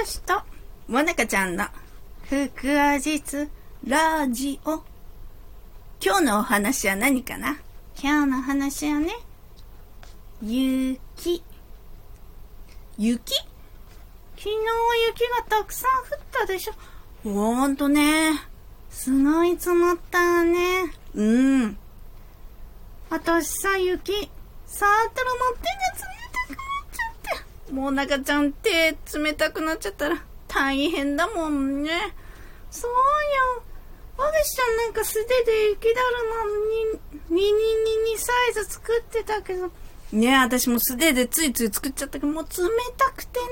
しともなかちゃんの福話実ラジオ。今日のお話は何かな？今日の話はね、雪。雪？昨日雪がたくさん降ったでしょ。ほんとね。すごい積もったね。私さ、雪触ったらもう手が冷たくなっちゃって。もう中ちゃん手冷たくなっちゃったら大変だもんね。そうよ。わがしちゃんなんか素手で雪だるまにミニサイズ作ってたけどね、私も素手でついつい作っちゃったけど、もう冷たくてね。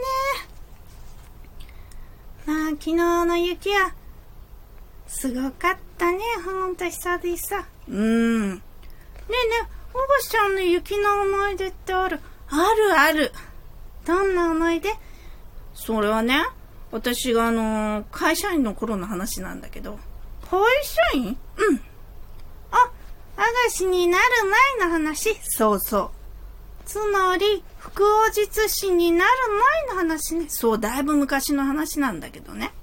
昨日の雪はすごかったね。ほんと久々。ねえねえ、おばしちゃんの雪の思い出ってある？ある。どんな思い出？それはね、私が会社員の頃の話なんだけど。会社員？あ、あがしになる前の話。そう。つまり、腹話術師になる前の話ね。そう、だいぶ昔の話なんだけどね。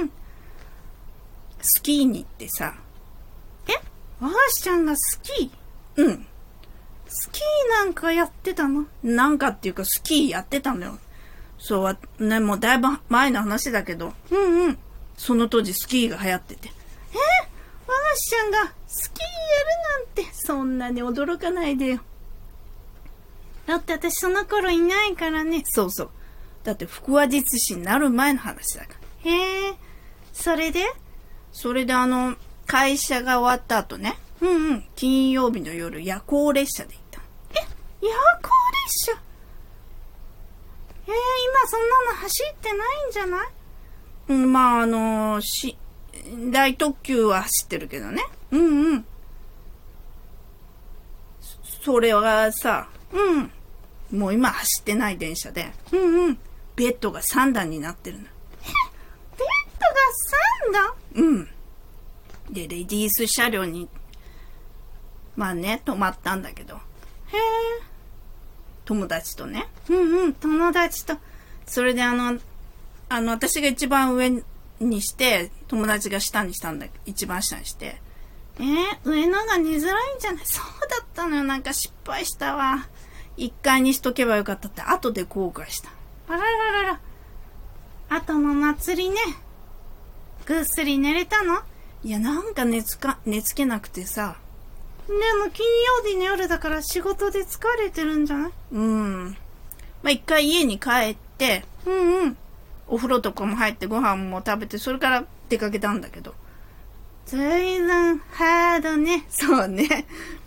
スキーに行ってさ。わがしちゃんがスキー？スキーなんかやってたの？なんかっていうかスキーやってたのよ。そうね、もうだいぶ前の話だけど。その当時スキーが流行ってて。わがしちゃんがスキーやるなんて、そんなに驚かないでよ。だって私その頃いないからね。そう。だって腹話術師になる前の話だから。それで会社が終わった後ね。金曜日の夜、夜行列車で行った。夜行列車？今そんなの走ってないんじゃない？大特急は走ってるけどね。それはさ、もう今走ってない電車で、ベッドが3段になってるの。ベッドが3段？で、レディース車両に、泊まったんだけど。友達とね。友達と。それで私が一番上にして、友達が下にしたんだけど、一番下にして。上のが寝づらいんじゃない？そうだったのよ。なんか失敗したわ。1階にしとけばよかったって後で後悔した。あら。後の祭りね。ぐっすり寝れたの？いや、なんか寝つけなくてさ。でも金曜日の夜だから仕事で疲れてるんじゃない？一回家に帰って、お風呂とかも入ってご飯も食べて、それから出かけたんだけど。ずいぶんハードね。そうね。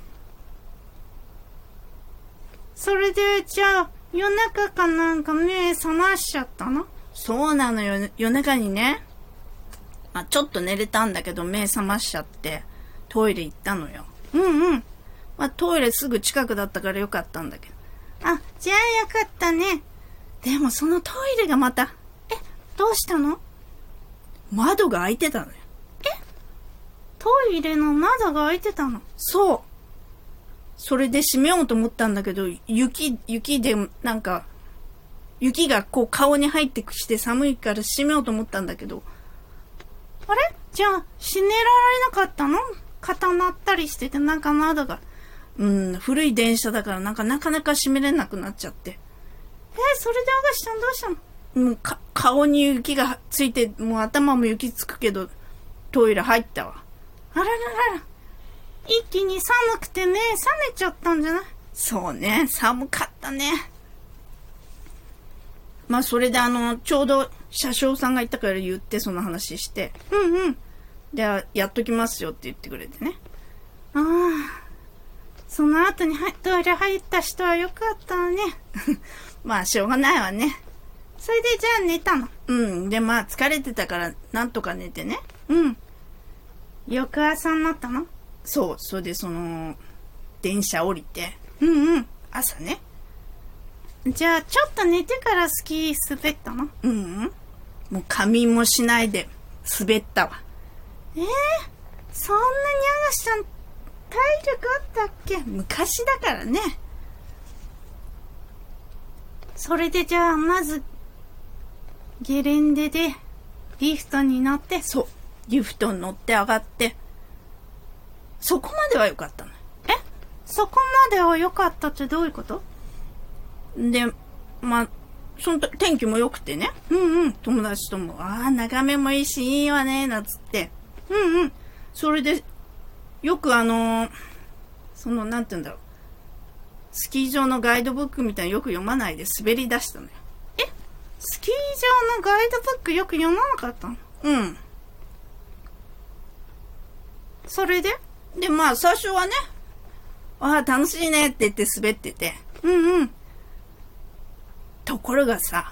それでじゃあ夜中かなんか目覚ましちゃったの？そうなのよ。夜中にね、ちょっと寝れたんだけど目覚ましちゃってトイレ行ったのよ。トイレすぐ近くだったからよかったんだけど。じゃあよかったね。でもそのトイレがまた、どうしたの？窓が開いてたのよ。トイレの窓が開いてたの？そう。それで閉めようと思ったんだけど、雪でなんか、雪がこう顔に入ってきて寒いから閉めようと思ったんだけど。あれ？じゃあ閉められなかったの？固まったりしてて、なんか窓が。古い電車だからなかなか閉めれなくなっちゃって。それであがしちゃんどうしたの？顔に雪がついて、もう頭も雪つくけど、トイレ入ったわ。あら。一気に寒くて目覚めちゃったんじゃない？そうね、寒かったね。それでちょうど車掌さんがいたから言ってその話して。で、やっときますよって言ってくれてね。その後にトイレ入った人はよかったね。しょうがないわね。それでじゃあ寝たの？で疲れてたからなんとか寝てね。翌朝になったの？そう、それで電車降りて。朝ね。じゃあちょっと寝てからスキー滑ったの？もう仮眠もしないで滑ったわ。そんなにあがしちゃん体力あったっけ？昔だからね。それでじゃあまずゲレンデでリフトに乗って、そう、リフトに乗って上がって、そこまでは良かったの。そこまでは良かったってどういうこと？で、まあ、その天気も良くてね。友達とも、眺めもいいし、いいわね、なんつって。それで、よくなんて言うんだろう。スキー場のガイドブックみたいによく読まないで滑り出したのよ。スキー場のガイドブックよく読まなかったの？それで？で、まあ、最初はね、楽しいねって言って滑ってて。ところがさ、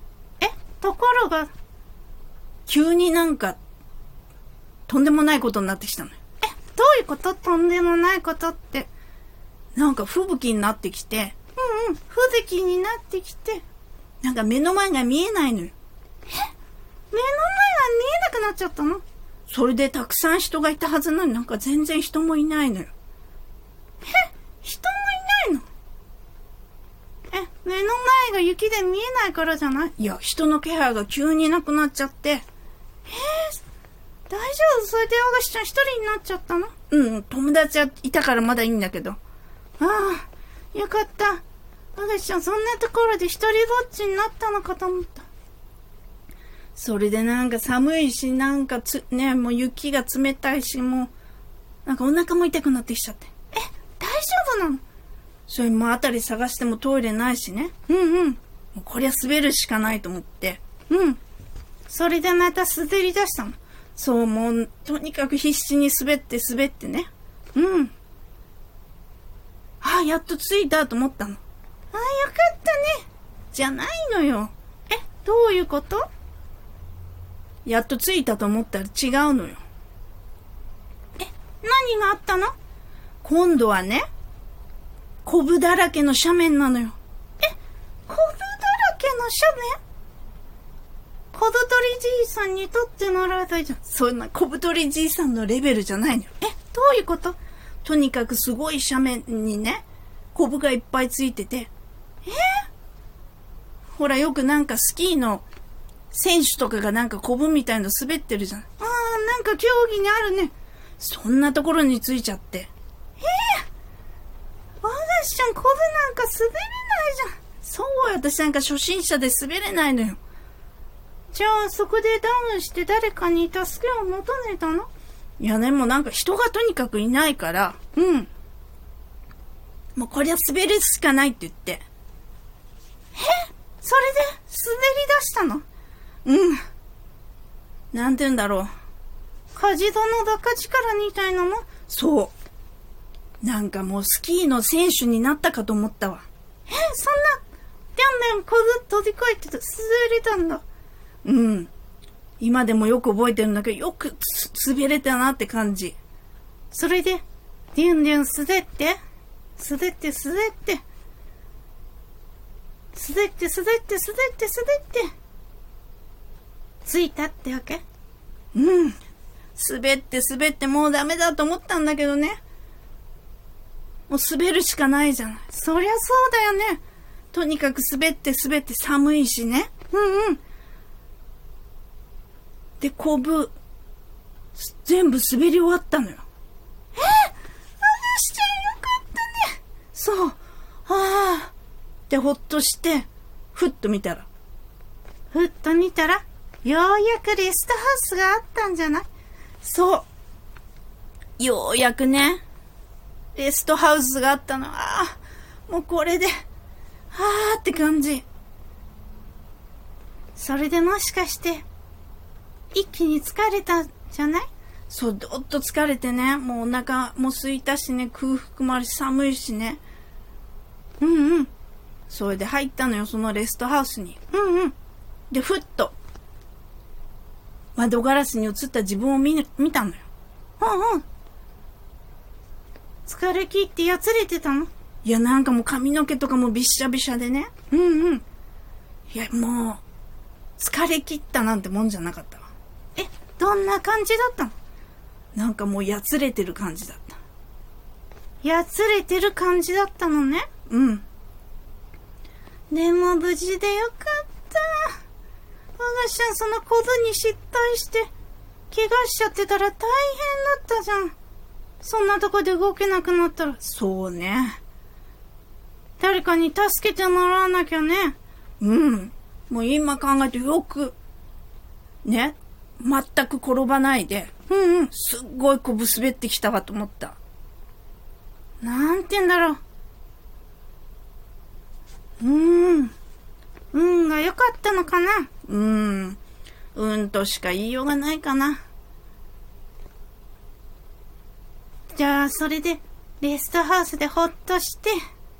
急になんか、とんでもないことになってきたのよ。どういうこと？とんでもないことって。なんか吹雪になってきて、吹雪になってきて、なんか目の前が見えないのよ。目の前が見えなくなっちゃったの？それでたくさん人がいたはずなのになんか全然人もいないのよ。人もいないの？目の前が雪で見えないからじゃない？いや、人の気配が急になくなっちゃって。大丈夫？それで和菓子ちゃん一人になっちゃったの？友達はいたからまだいいんだけど。よかった。和菓子ちゃんそんなところで一人ぼっちになったのかと思った。それでなんか寒いし、なんかもう雪が冷たいし、もう、なんかお腹も痛くなってきちゃって。大丈夫なの？それもあたり探してもトイレないしね。もうこりゃ滑るしかないと思って。それでまた滑り出したの。そう、もう、とにかく必死に滑ってね。やっと着いたと思ったの。よかったね。じゃないのよ。どういうこと？やっと着いたと思ったら違うのよ。何があったの？今度はね、コブだらけの斜面なのよ。コブだらけの斜面？小太りじいさんにとってのらだじゃん。そんな小太りじいさんのレベルじゃないのよ。どういうこと？とにかくすごい斜面にね、コブがいっぱいついてて。ほらよくなんかスキーの選手とかがなんかコブみたいの滑ってるじゃん。なんか競技にあるね。そんなところについちゃって。和菓子ちゃんコブなんか滑れないじゃん。そう、私なんか初心者で滑れないのよ。じゃあそこでダウンして誰かに助けを求めたの？いやね、もうなんか人がとにかくいないから、もうこれは滑るしかないって言って。それで滑り出したの？なんて言うんだろう。カジドのバカ力みたいなの？そう。なんかもうスキーの選手になったかと思ったわ。そんな、でんこずっと飛び越えて滑れたんだ。今でもよく覚えてるんだけど、よく滑れたなって感じ。それで、デュンデュン滑って、着いたってわけ？滑ってもうダメだと思ったんだけどね。もう滑るしかないじゃない。そりゃそうだよね。とにかく滑って寒いしね。で、コブ、全部滑り終わったのよ。話しちゃよかったね。そう。で、ほっとして、ふっと見たら、ようやくレストハウスがあったんじゃない？そう。ようやくね、レストハウスがあったの。もうこれで、って感じ。それでもしかして、一気に疲れたんじゃない？そう、どっと疲れてね、もうお腹も空いたしね、空腹もあるし寒いしね。それで入ったのよ、そのレストハウスに。で、ふっと、窓ガラスに映った自分を見たのよ。疲れ切ってやつれてたの？いや、なんかもう髪の毛とかもびっしゃびしゃでね。いや、もう、疲れ切ったなんてもんじゃなかったわ。どんな感じだったの？なんかもうやつれてる感じだった。やつれてる感じだったのね。でも無事でよかった。 がしちゃんその小僧に失態して、怪我しちゃってたら大変だったじゃん。そんなとこで動けなくなったら。そうね。誰かに助けてもらわなきゃね。もう今考えてよく、ね。全く転ばないで。すっごいこぶ滑ってきたわと思った。なんて言うんだろう。運が良かったのかな。運としか言いようがないかな。じゃあ、それで、レストハウスでほっとして、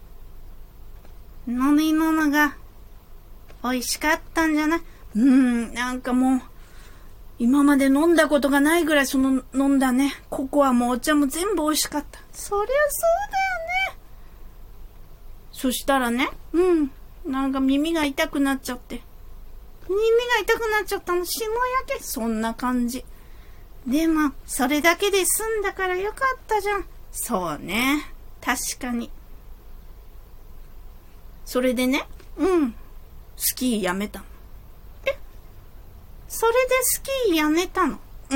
飲み物が美味しかったんじゃない？なんかもう、今まで飲んだことがないぐらい飲んだね。ココアもお茶も全部美味しかった。そりゃそうだよね。そしたらね、なんか耳が痛くなっちゃって。耳が痛くなっちゃったの、霜焼け。そんな感じ。でも、それだけで済んだからよかったじゃん。そうね。確かに。それでね、スキーやめたの。それでスキーやめたの？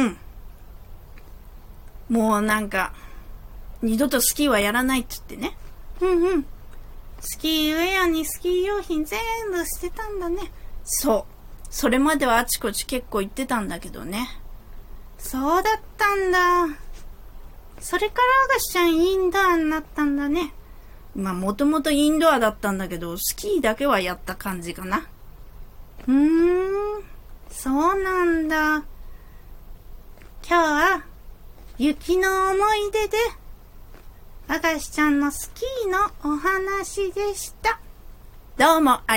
もうなんか、二度とスキーはやらないって言ってね。スキーウェアにスキー用品全部捨てたんだね。そう。それまではあちこち結構行ってたんだけどね。そうだったんだ。それからアガシちゃんインドアになったんだね。もともとインドアだったんだけど、スキーだけはやった感じかな。そうなんだ。今日は雪の思い出で、アガシちゃんのスキーのお話でした。どうも